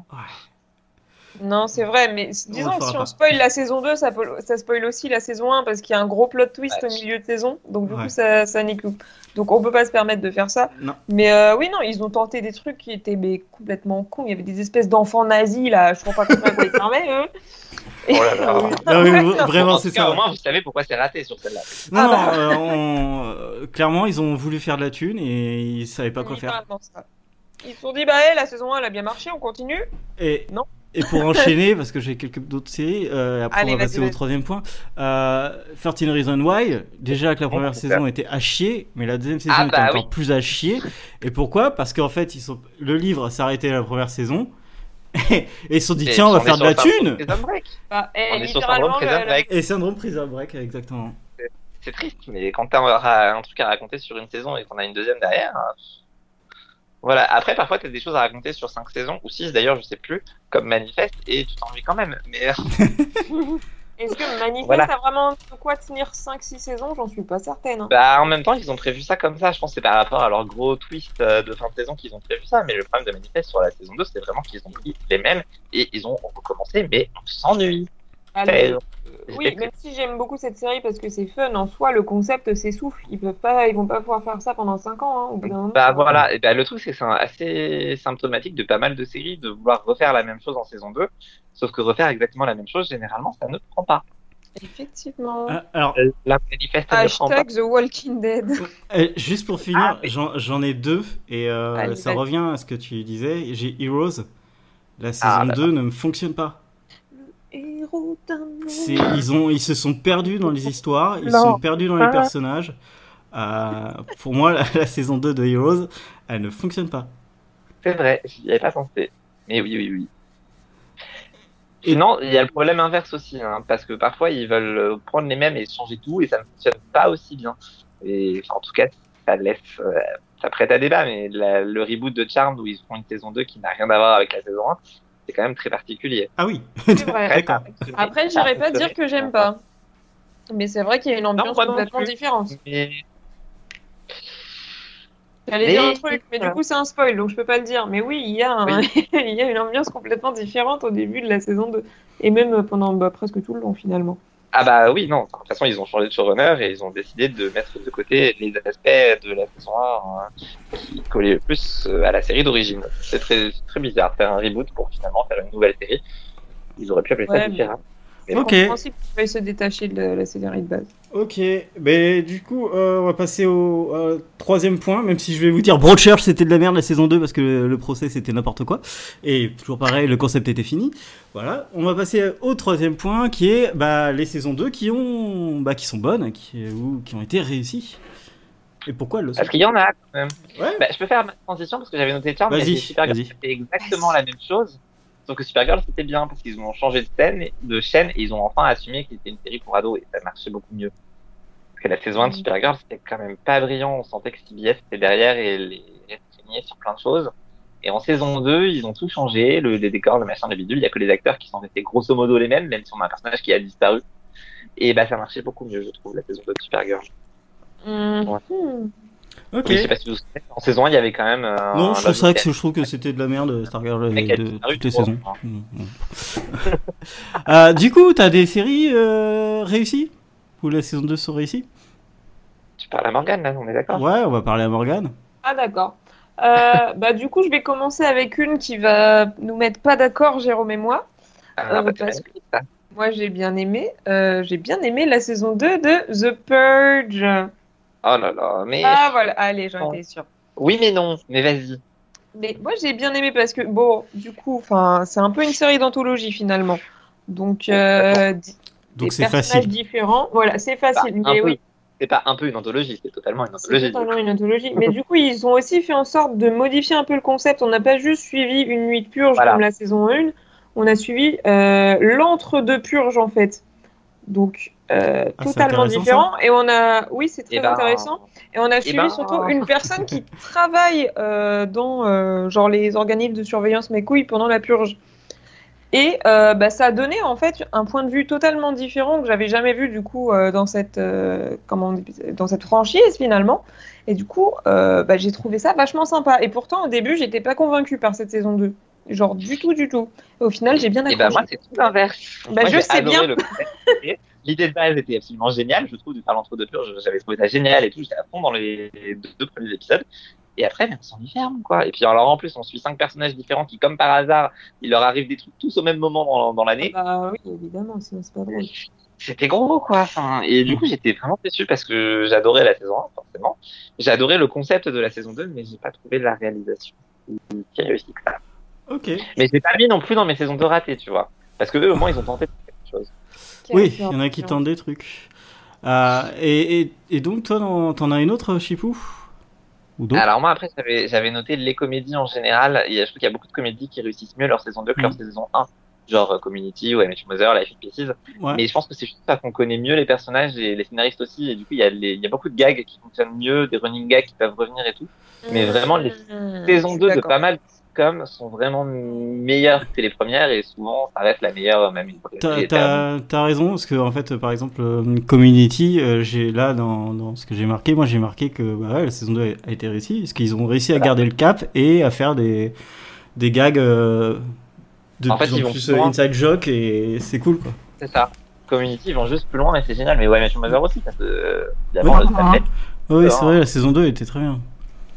Non, c'est vrai, mais On disons le que fera si pas. on spoil la saison deux, ça, peut- ça spoil aussi la saison un parce qu'il y a un gros plot twist Ouais. au milieu de saison. Donc du Ouais. coup, ça, ça nique tout. Donc on peut pas se permettre de faire ça. Non. Mais euh, oui, non, ils ont tenté des trucs qui étaient mais, complètement cons. Il y avait des espèces d'enfants nazis là, je comprends pas comment ils fermaient eux. Et- Oh là là. Non, mais Ouais, v- non. vraiment En c'est tout cas, ça. au moins, vous savez pourquoi c'est raté sur celle-là. Non, Ah non, bah. euh, on- euh, clairement, ils ont voulu faire de la thune et ils savaient pas quoi faire. Littéralement ça. Ils se sont dit, bah hey, la saison un elle a bien marché, on continue. Et, Non. et pour enchaîner, parce que j'ai quelques d'autres séries, euh, après Allez, on va vas-y, passer au vas-y. troisième point. Euh, thirteen Reasons Why, déjà que la première c'est saison était à chier, mais la deuxième saison Ah, était bah encore oui. plus à chier. Et pourquoi? Parce qu'en fait, ils sont... le livre s'est arrêté à la première saison. Et ils se sont dit, Et tiens, on va on est faire de sur la le syndrome thune! Prison Break. Bah, hey, On est sur littéralement, syndrome Prison le- Break. Et syndrome Prison Break, exactement. C'est triste, mais quand t'as un, un truc à raconter sur une saison et qu'on a une deuxième derrière. euh, Voilà. Après, parfois, t'as des choses à raconter sur cinq saisons, ou six d'ailleurs, je sais plus, comme Manifeste, et tu t'ennuies quand même. Mais Est-ce que Manifeste Voilà. a vraiment de quoi tenir cinq six saisons? J'en suis pas certaine. hein. bah, en même temps, ils ont prévu ça comme ça. Je pense que c'est par rapport à leur gros twist euh, de fin de saison qu'ils ont prévu ça. Mais le problème de Manifeste sur la saison deux, c'est vraiment qu'ils ont pris les mêmes et ils ont recommencé, mais on s'ennuie. Allez. Euh, Oui, j'étais- même si j'aime beaucoup cette série parce que c'est fun, en soi, le concept s'essouffle. Ils peuvent pas, ils vont pas pouvoir faire ça pendant cinq ans. Hein, au bout d'un moment. Bah voilà, et bah, le truc c'est que c'est un- assez symptomatique de pas mal de séries de vouloir refaire la même chose en saison deux, sauf que refaire exactement la même chose, généralement ça ne prend pas. Effectivement. Ah, alors, La manifeste ne prend pas. Hashtag The Walking Dead. euh, juste pour finir, Ah, mais- j'en j'en ai deux, et euh, Allez, ça vas-y. revient à ce que tu disais. J'ai Heroes. La saison Ah, deux ne me fonctionne pas. Héros d'un C'est, ils, ont, ils se sont perdus dans les histoires, ils se Non. sont perdus dans les Ah. personnages. Euh, pour moi, la, la saison deux de Heroes, elle ne fonctionne pas. C'est vrai, j'y avais pas pensé. Mais oui, oui, oui. Sinon, il y a le problème inverse aussi, hein, parce que parfois ils veulent euh, prendre les mêmes et changer tout, et ça ne fonctionne pas aussi bien. Et enfin, en tout cas, ça laisse, euh, ça prête à débat, mais la- le reboot de Charmed où ils font une saison deux qui n'a rien à voir avec la saison un, c'est quand même très particulier. Ah oui, C'est vrai. d'accord. Après, j'irai pas dire que j'aime pas. Mais c'est vrai qu'il y a une ambiance moi non complètement plus. différente. Mais J'allais Mais- dire un truc, mais du voilà. coup c'est un spoil, donc je peux pas le dire. Mais oui, il y a, un- il y a une ambiance complètement différente au début de la saison deux. Et même pendant bah, presque tout le long finalement. Ah bah oui, non. De toute façon, ils ont changé de showrunner et ils ont décidé de mettre de côté les aspects de la saison un hein, qui collaient le plus euh, à la série d'origine. C'est très, c'est très bizarre, faire un reboot pour finalement faire une nouvelle série. Ils auraient pu appeler Ouais, ça mais- différemment. Mais Ok. En principe, il fallait se détacher de la, la série de base. Ok, mais du coup, euh, on va passer au euh, troisième point, même si je vais vous dire, Broadchurch c'était de la merde la saison deux parce que le, le procès c'était n'importe quoi. Et toujours pareil, le concept était fini. Voilà, on va passer au troisième point qui est bah, les saisons deux qui, ont, bah, qui sont bonnes, qui, ou qui ont été réussies. Et pourquoi elles le sont? Parce qu'il y en a quand même. Ouais. Bah, je peux faire ma transition parce que j'avais noté Charmed, Vas-y, mais Supergirl vas-y. c'était exactement la même chose. Sauf que Supergirl c'était bien parce qu'ils ont changé de scène, de chaîne et ils ont enfin assumé que c'était une série pour ados et ça marchait beaucoup mieux. que la saison un de Supergirl, c'était quand même pas brillant. On sentait que C B S était derrière et les restreignait sur plein de choses. Et en saison deux, ils ont tout changé. Le, les décors, le machin, le bidule. Il y a que les acteurs qui sont restés grosso modo les mêmes, même si on a un personnage qui a disparu. Et bah, ça marchait beaucoup mieux, je trouve, la saison deux de Supergirl. Mmh. Ouais. Ok. Oui, je sais pas si vous vous souvenez, en saison un, il y avait quand même. Euh, Non, je trouve ça que Love je trouve que c'était de la merde, Stargirl, Mec, de elle disparu, toutes les tu vois. saisons. Mm, mm. Euh, du coup, t'as des séries euh, réussies? Où la saison deux sont réussies? Tu parles à Morgane, là, on est d'accord? Ouais, on va parler à Morgane. Ah d'accord. Euh, bah du coup, je vais commencer avec une qui va nous mettre pas d'accord, Jérôme et moi. Ah, Euh, bah, c'est parce que magnifique, ça. moi, j'ai bien aimé. Euh, j'ai bien aimé la saison deux de The Purge. Oh là là, mais. Ah voilà, allez, j'en étais sûre. Oui, mais non, mais vas-y. Mais moi, j'ai bien aimé parce que bon, du coup, enfin, c'est un peu une série d'anthologie finalement. Donc, euh, di- Donc des c'est personnages facile. différents. Voilà, c'est Bah, facile. un mais peu. oui, C'est pas un peu une anthologie, c'est totalement une c'est anthologie. totalement une anthologie. Mais du coup, ils ont aussi fait en sorte de modifier un peu le concept. On n'a pas juste suivi une nuit de purge Voilà. comme la saison un. On a suivi euh, l'entre-deux purges en fait. Donc, euh, Ah, c'est totalement intéressant, différent. Et on a, oui, c'est très Et ben, intéressant. Et on a suivi ben- surtout une personne qui travaille euh, dans euh, genre les organismes de surveillance mes couilles pendant la purge. Et euh, bah, ça a donné en fait un point de vue totalement différent que j'avais jamais vu du coup euh, dans cette euh, comment on dit, dans cette franchise finalement. Et du coup, euh, bah, j'ai trouvé ça vachement sympa. Et pourtant au début, j'étais pas convaincue par cette saison deux. Genre du tout, du tout. Et au final, j'ai bien Et accroché. ben moi, c'est tout l'inverse. Bah, Moi, je j'ai sais adoré bien. le concept. L'idée de base était absolument géniale, je trouve, de faire l'entre-deux purges. J'avais trouvé ça génial et tout. J'étais à fond dans les deux, deux premiers épisodes. Et après, ben, on s'en y ferme, quoi. Et puis alors en plus, on suit cinq personnages différents qui, comme par hasard, il leur arrive des trucs tous au même moment dans, dans l'année. Bah oui, évidemment, sinon c'est pas drôle. C'était gros, quoi. Enfin, et du coup, j'étais vraiment déçu parce que j'adorais la saison un, forcément. J'ai adoré le concept de la saison deux, mais j'ai pas trouvé la réalisation qui réussit que ça. Ok. Mais j'ai pas mis non plus dans mes saisons de ratées, tu vois. Parce que eux, au moins, ils ont tenté de faire quelque chose. Oui, il y en a qui tentent des trucs. Euh, et, et, et donc, toi, t'en- t'en as une autre, Chipou? Ou d'autres? Alors moi, après, j'avais, j'avais noté les comédies en général. Il y a, je trouve qu'il y a beaucoup de comédies qui réussissent mieux leur saison deux que leur Mm. saison un. Genre euh, Community ou I Met Your Mother, Life in Pieces. Ouais. Mais je pense que c'est juste parce qu'on connaît mieux les personnages et les scénaristes aussi. Et du coup, il y a, les, il y a beaucoup de gags qui fonctionnent mieux, des running gags qui peuvent revenir et tout. Mais vraiment, les Mmh, saison je suis deux de d'accord. pas mal de sitcoms sont vraiment meilleures que les premières et souvent ça reste la meilleure même une fois qu'elle T'as, est terminée. t'as, t'as raison, parce que en fait, par exemple, euh, Community, euh, j'ai là dans, dans ce que j'ai marqué, moi j'ai marqué que bah ouais, la saison deux a, a été réussie, parce qu'ils ont réussi à Voilà. garder le cap et à faire des, des gags euh, de En fait, plus ils en vont plus plus euh, loin. inside joke et c'est cool quoi. C'est ça. Community ils vont juste plus loin et c'est génial. Mais ouais, Matthew Mother aussi, parce que évidemment, Oui. le ça fait. Oui, c'est Alors, vrai, la saison deux était très bien.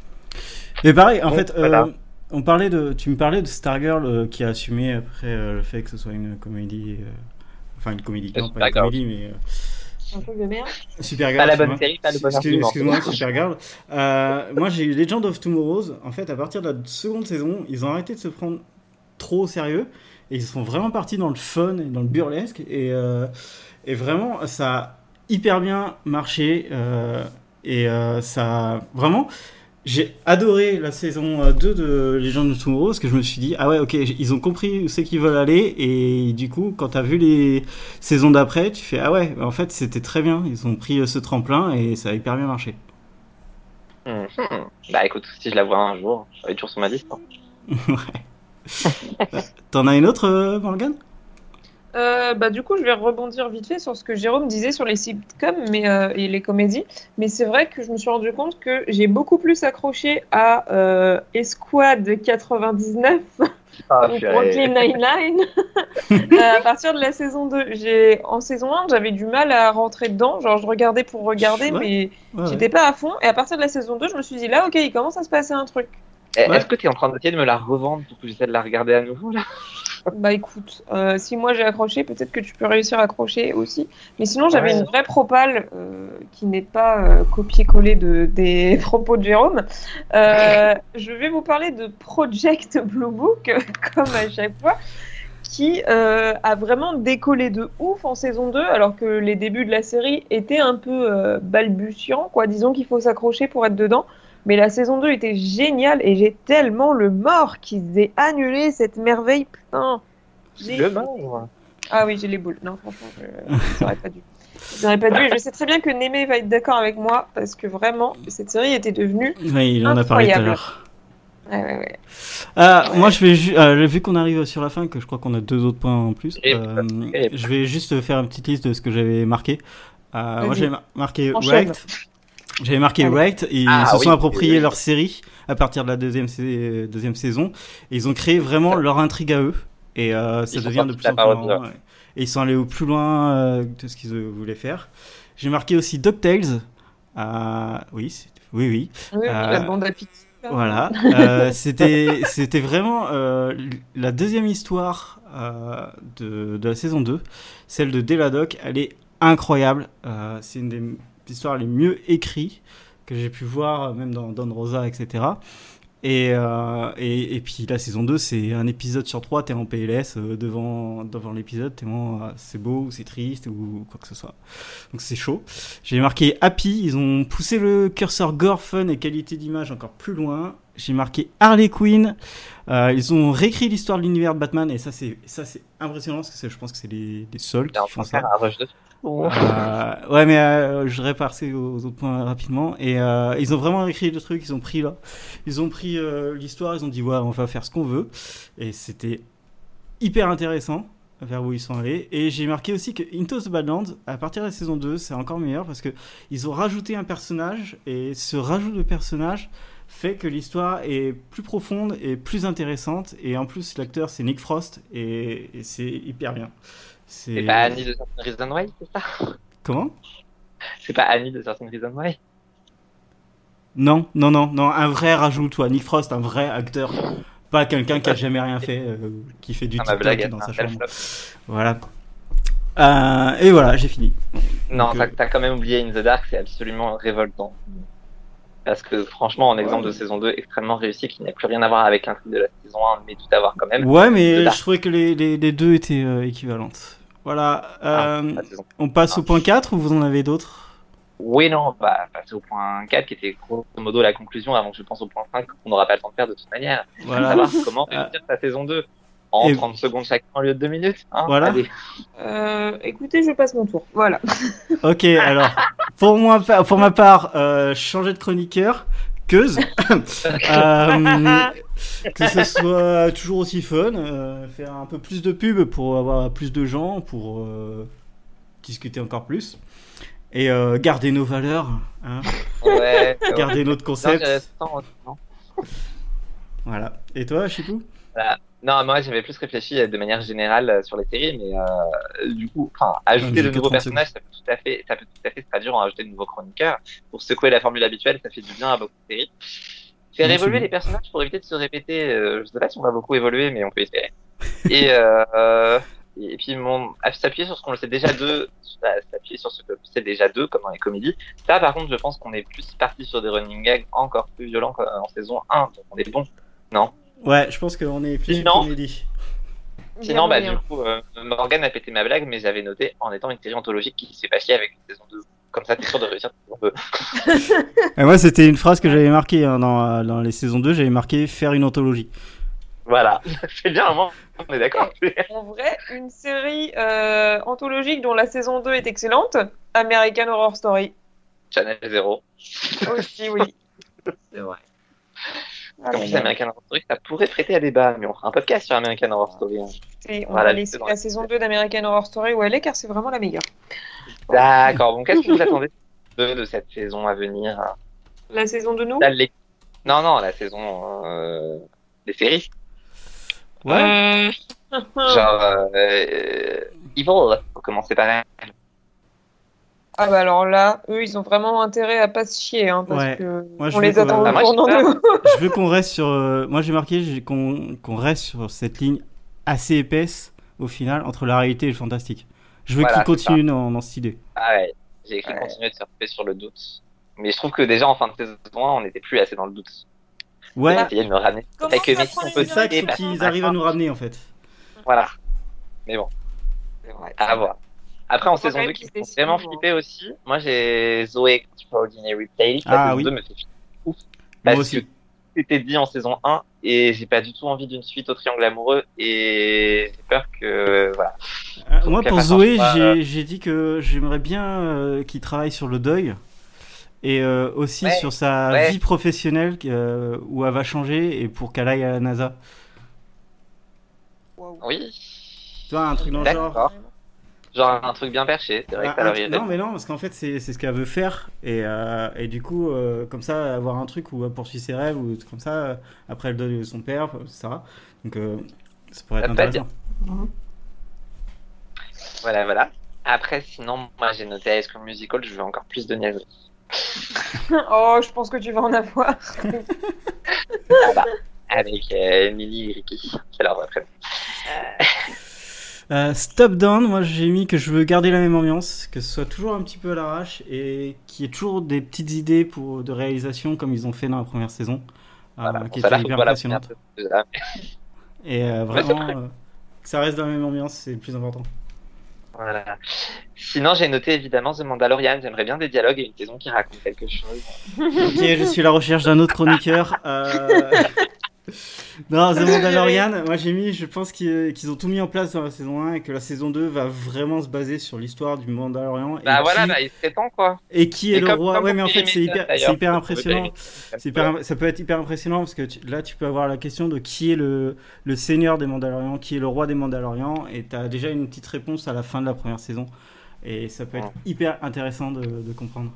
Et pareil, en Donc, fait, voilà. euh, on parlait de, tu me parlais de Stargirl euh, qui a assumé après euh, le fait que ce soit une comédie, euh, enfin une comédie, Euh, non pas une Supergirl. comédie, mais euh, Un truc de merde. Supergirl. Pas la bonne excuse-moi. série, pas le bon Excuse- argument. Excuse-moi, Supergirl. Euh, moi, j'ai eu Legend of Tomorrow. En fait, à partir de la seconde saison, ils ont arrêté de se prendre trop au sérieux et ils sont vraiment partis dans le fun et dans le burlesque et, euh, et vraiment, ça a hyper bien marché euh, et euh, ça vraiment. J'ai adoré la saison euh, deux de Legend of Tomorrow parce que je me suis dit, ah ouais, ok, ils ont compris où c'est qu'ils veulent aller. Et du coup, quand t'as vu les saisons d'après, tu fais, ah ouais, en fait, c'était très bien. Ils ont pris euh, ce tremplin et ça a hyper bien marché. Mhm. Bah écoute, si je la vois un jour, elle est toujours sur ma liste. Hein. Ouais. T'en as une autre, euh, Morgane? Euh, bah, du coup, je vais rebondir vite fait sur ce que Jérôme disait sur les sitcoms mais, euh, et les comédies. Mais c'est vrai que je me suis rendu compte que j'ai beaucoup plus accroché à euh, Esquad quatre-vingt-dix-neuf Ah, ou purée. Brooklyn Nine-Nine euh, à partir de la saison deux. J'ai, en saison un, j'avais du mal à rentrer dedans. Genre, je regardais pour regarder, Ouais. mais Ouais, ouais. j'étais pas à fond. Et à partir de la saison deux, je me suis dit là, ok, il commence à se passer un truc. Eh, Ouais. Est-ce que tu es en train d'essayer de me la revendre pour que j'essaie de la regarder à nouveau là? Bah écoute, euh, si moi j'ai accroché, peut-être que tu peux réussir à accrocher aussi. Mais sinon, j'avais Ouais. une vraie propale euh, qui n'est pas euh, copier-coller de, des propos de Jérôme. Euh, je vais vous parler de Project Blue Book, comme à chaque fois, qui euh, a vraiment décollé de ouf en saison deux, alors que les débuts de la série étaient un peu euh, balbutiants, quoi. Disons qu'il faut s'accrocher pour être dedans. Mais la saison deux était géniale et j'ai tellement le mort qu'ils aient annulé cette merveille. Putain, j'ai Le mort. Ah oui, j'ai les boules. Non, franchement, je... ils auraient pas dû. Ils auraient pas dû. Et je sais très bien que Némé va être d'accord avec moi parce que vraiment, cette série était devenue Oui, il en a parlé tout à l'heure. Ouais, ouais, ouais. Ah, Ouais. Moi, je vais ju- euh, vu qu'on arrive sur la fin, que je crois qu'on a deux autres points en plus, Et- euh, et- je vais juste faire une petite liste de ce que j'avais marqué. Euh, moi, Vas-y. j'avais mar- marqué Enchaîne. Wrecked. J'avais marqué Allez. Wrecked. Ils Ah, se oui, sont appropriés oui, oui. leur série à partir de la deuxième, sa- deuxième saison. Et ils ont créé vraiment leur intrigue à eux. Et euh, ça Ils sont devient de sortis plus de en la plus parodie, marrant. Ouais. Et ils sont allés au plus loin euh, de ce qu'ils euh, voulaient faire. J'ai marqué aussi DuckTales. Euh, oui, c'est- oui, oui. Oui, oui, Euh, la bande à pitié. Voilà, euh, c'était c'était vraiment euh, la deuxième histoire euh, de, de la saison deux, celle de Deladoc, elle est incroyable, euh, c'est une des histoires les mieux écrites que j'ai pu voir, même dans Don Rosa, et cetera. Et, euh, et, et puis la saison deux, c'est un épisode sur trois, t'es en P L S euh, devant, devant l'épisode, tellement euh, c'est beau ou c'est triste ou quoi que ce soit. Donc c'est chaud. J'ai marqué Happy, ils ont poussé le curseur gore, fun et qualité d'image encore plus loin. J'ai marqué Harley Quinn, euh, ils ont réécrit l'histoire de l'univers de Batman et ça c'est, ça, c'est impressionnant parce que c'est, je pense que c'est les, les seuls T'es en qui font train de ça. faire un rush de Euh, ouais, mais euh, je vais passer aux autres points rapidement. Et euh, ils ont vraiment écrit le truc. Ils ont pris là, ils ont pris euh, l'histoire. Ils ont dit ouais, on va faire ce qu'on veut. Et c'était hyper intéressant vers où ils sont allés. Et j'ai marqué aussi que Into the Badlands, à partir de la saison deux, c'est encore meilleur parce que ils ont rajouté un personnage et ce rajout de personnage fait que l'histoire est plus profonde et plus intéressante. Et en plus, l'acteur c'est Nick Frost et, et c'est hyper bien. C'est... C'est pas Annie de Certain Reason Why, c'est ça? Comment? C'est pas Annie de Certain Reason Why? Non, non, non, non, un vrai rajout, toi. Nick Frost, un vrai acteur. Pas quelqu'un qui a jamais rien fait, euh, qui fait du Ah, ma TikTok blague, dans un sa tel chambre. flop. Voilà. Euh, et voilà, j'ai fini. Non, Donc, t'as, euh, t'as quand même oublié In the Dark, c'est absolument révoltant. Parce que franchement, en exemple de saison deux extrêmement réussi, qui n'a plus rien à voir avec l'intrigue de la saison un, mais tout à voir quand même. Ouais, mais The je Dark. trouvais que les, les, les deux étaient euh, équivalentes. Voilà. Euh, Ah, la saison. on passe Ah. au point quatre ou vous en avez d'autres? Oui, non, on va passer au point quatre, qui était grosso modo la conclusion, avant que je pense au point cinq, qu'on n'aura pas le temps de faire de toute manière. Voilà. Savoir comment Ah. réussir sa saison deux. En Et- trente secondes chacun au lieu de deux minutes. Hein. Voilà. Allez. Euh, écoutez, je passe mon tour. Voilà. Ok, alors, pour, moi, pour ma part, euh, changer de chroniqueur, queuse. euh, que ce soit toujours aussi fun, euh, faire un peu plus de pub pour avoir plus de gens, pour euh, discuter encore plus. Et euh, garder nos valeurs, hein, Ouais. ouais. garder notre Non, concept. j'avais tant- non. Voilà. Et toi, Chipou? Voilà. Non, moi j'avais plus réfléchi euh, de manière générale euh, sur les séries, mais euh, du coup, enfin, ajouter j'ai de que nouveaux trente personnages, ça peut tout à fait, ça peut tout à fait se traduire en ajouter de nouveaux chroniqueurs. Pour secouer la formule habituelle, ça fait du bien à beaucoup de séries. Faire Oui, évoluer c'est les personnages pour éviter de se répéter. Euh, je sais pas si on va beaucoup évoluer, mais on peut espérer. Et euh, euh, et puis mon, à s'appuyer sur ce qu'on le sait déjà deux, à s'appuyer sur ce que c'est déjà deux, comme dans les comédies. Ça, par contre, je pense qu'on est plus parti sur des running gags encore plus violents qu'en saison un, donc on est bon. Non. Ouais, je pense qu'on est plus une Sinon- comédie. Sinon, Bien bah, moyen. du coup, euh, Morgane a pété ma blague, mais j'avais noté en étant une série anthologique qui se fait pas chier avec une saison deux. Comme ça, t'es sûr de réussir ta saison deux. Et moi, c'était une phrase que j'avais marquée hein, dans, dans les saisons deux, j'avais marqué faire une anthologie. Voilà. C'est bien, au moins, on est d'accord. En vrai, une série euh, anthologique dont la saison deux est excellente, American Horror Story. Channel zéro. Aussi, oui. C'est vrai. Comme c'est American Horror Story, ça pourrait prêter à débat, mais on fera un podcast sur American Horror Story. hein. Et on Voilà, va laisser c'est bon. la saison deux d'American Horror Story où elle est, car c'est vraiment la meilleure. D'accord. Bon, qu'est-ce que vous attendez de, de cette saison à venir? hein La saison de nous Là, les- Non, non, la saison euh, des séries. Ouais. Euh, Genre euh, Evil, faut commencer par elle. Ah bah alors là, eux, ils ont vraiment intérêt à pas se chier, hein, parce Ouais. que Moi, je on veux les qu'on- attend Ah, au moi, tournant j'ai de... Je veux qu'on reste sur. euh, moi, j'ai marqué j'ai- qu'on, qu'on reste sur cette ligne assez épaisse au final entre la réalité et le fantastique. Je veux Voilà, qu'ils c'est ça. continuent dans, dans cette idée. Ah ouais, j'ai écrit Ouais. continuer de se repérer sur le doute. Mais je trouve que déjà en fin de saison un, on n'était plus assez dans le doute. Ouais, J'ai essayé de me ramener. Comment Fait que ça mais si prend on une peut c'est ça qu'il citer, faut bah, qu'ils bah, arrivent à nous ramener en fait. Voilà. Mais bon, C'est vrai. à voir. Après, en Faut saison quand deux, même qui qu'ils me font décident, vraiment hein. flipper aussi, moi j'ai Zoé Extraordinary Playlist. La Ah saison oui. deux me fait flipper. Ouf. Moi Parce aussi. que c'était dit en saison un et j'ai pas du tout envie d'une suite au triangle amoureux et j'ai peur que voilà. Ah, moi Donc, pour elle Zoé, passe en- j'ai, j'ai dit que j'aimerais bien euh, qu'il travaille sur le deuil et euh, aussi Ouais, sur sa ouais. vie professionnelle euh, où elle va changer et pour qu'elle aille à la NASA. Waouh. Oui. Tu vois, un truc dans le genre. D'accord. Genre un truc bien perché, c'est vrai Ah, que ça un- leur irait. non mais non parce qu'en fait c'est, c'est ce qu'elle veut faire et, euh, et du coup euh, comme ça avoir un truc où elle poursuit ses rêves ou comme ça euh, après elle donne son père et cetera. Donc euh, ça pourrait être Ça peut être intéressant. Voilà, voilà. Après, sinon, moi j'ai noté High School Musical, je veux encore plus de niaiseries. Oh, je pense que tu vas en avoir. Ah bah, avec euh, Emily et Ricky, c'est leur vrai prénom. Euh, Stop Down, moi j'ai mis que je veux garder la même ambiance, que ce soit toujours un petit peu à l'arrache et qu'il y ait toujours des petites idées pour, de réalisation comme ils ont fait dans la première saison, euh, Voilà, bon, qui ça a était l'air hyper que voilà, impressionnante. déjà. Et euh, Ouais, c'est vraiment, vrai. euh, que ça reste dans la même ambiance, c'est le plus important. Voilà. Sinon, j'ai noté évidemment The Mandalorian, j'aimerais bien des dialogues et une saison qui raconte quelque chose. Ok, je suis à la recherche d'un autre chroniqueur. Euh... Non, The Mandalorian, moi j'ai mis, je pense qu'ils, qu'ils ont tout mis en place dans la saison un et que la saison deux va vraiment se baser sur l'histoire du Mandalorian. Bah et voilà, qui... bah il serait temps quoi. Et qui est Et le comme- roi comme Ouais, pour mais en fait, c'est Perry hyper, Mason, d'ailleurs, c'est hyper parce que impressionnant. Perry Mason, C'est hyper, ça peut être hyper impressionnant parce que tu- là, tu peux avoir la question de qui est le, le seigneur des Mandalorians, qui est le roi des Mandalorians, et tu as déjà une petite réponse à la fin de la première saison. Et ça peut être hyper intéressant de, de comprendre.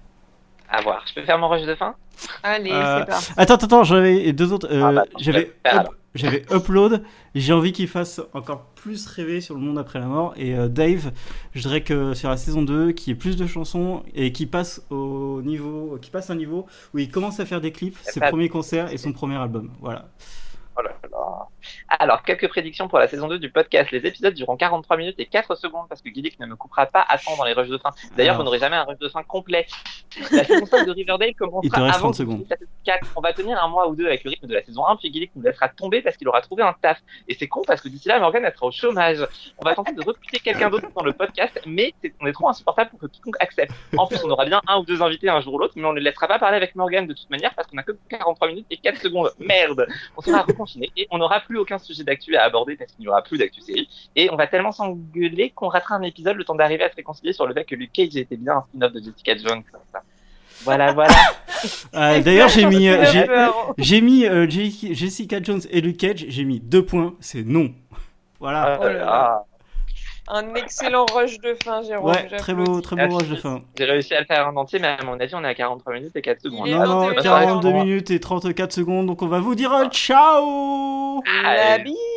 À voir. Je peux faire mon rush de fin? Allez, Euh, c'est parti. Attends, attends, attends, j'avais deux autres. euh, Ah bah, j'avais, je vais faire, up- alors. j'avais upload. J'ai envie qu'il fasse encore plus rêver sur le monde après la mort. Et euh, Dave, je dirais que sur la saison deux, qu'il y ait plus de chansons et qu'il passe au niveau, qu'il passe un niveau où il commence à faire des clips, ses pas- premiers concerts et son premier album. Voilà. Oh là là. Alors, quelques prédictions pour la saison deux du podcast. Les épisodes dureront quarante-trois minutes et quatre secondes parce que Guilic ne me coupera pas à temps dans les rushs de fin. D'ailleurs, Alors. vous n'aurez jamais un rush de fin complet. La saison cinq de Riverdale Il te commencera reste avant trente secondes. la saison quatre. On va tenir un mois ou deux avec le rythme de la saison un, puis Guilic nous laissera tomber parce qu'il aura trouvé un taf. Et c'est con parce que d'ici là, Morgane elle sera au chômage. On va tenter de recruter quelqu'un d'autre dans le podcast, mais c'est- on est trop insupportable pour que quiconque accepte. En plus, on aura bien un ou deux invités un jour ou l'autre, mais on ne les laissera pas parler avec Morgane de toute manière parce qu'on a que quarante-trois minutes et quatre secondes. Merde! On sera reconfiné et on n'aura plus aucun sujet d'actu à aborder parce qu'il n'y aura plus d'actu série. Et on va tellement s'engueuler qu'on ratera un épisode le temps d'arriver à se réconcilier sur le fait que Luke Cage était bien un spin-off de Jessica Jones. Comme ça. Voilà, voilà. Euh, d'ailleurs, j'ai mis, euh, J'ai j'ai, peur. j'ai mis euh, J- Jessica Jones et Luke Cage. J'ai mis deux points. C'est non. Voilà. Oh là là. Un excellent rush de fin, Jérôme. Ouais, très beau, j'applaudis. très beau rush de fin. J'ai réussi à le faire en entier, mais à mon avis, on est à quarante-trois minutes et quatre secondes. Il est Non, non, vingt et une heures. quarante-deux minutes et trente-quatre secondes. Donc on va vous dire euh, ciao. La bise.